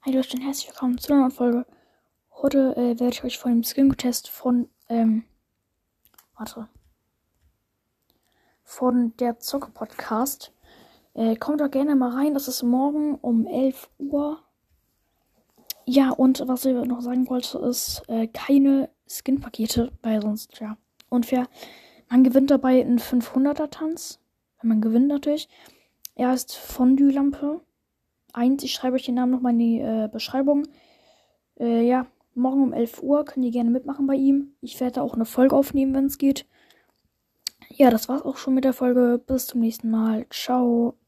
Hi Leute und herzlich willkommen zu einer neuen Folge. Heute werde ich euch von dem Skin-Test von der Zocke-Podcast. Kommt doch gerne mal rein, das ist morgen um 11 Uhr. Ja, und was ich noch sagen wollte, ist keine Skin-Pakete, weil sonst, ja, unfair. Man gewinnt dabei einen 500er-Tanz, wenn man gewinnt natürlich. Er heißt Fondue-Lampe 1, ich schreibe euch den Namen nochmal in die Beschreibung. Ja, morgen um 11 Uhr könnt ihr gerne mitmachen bei ihm. Ich werde auch eine Folge aufnehmen, wenn es geht. Ja, das war's auch schon mit der Folge. Bis zum nächsten Mal. Ciao.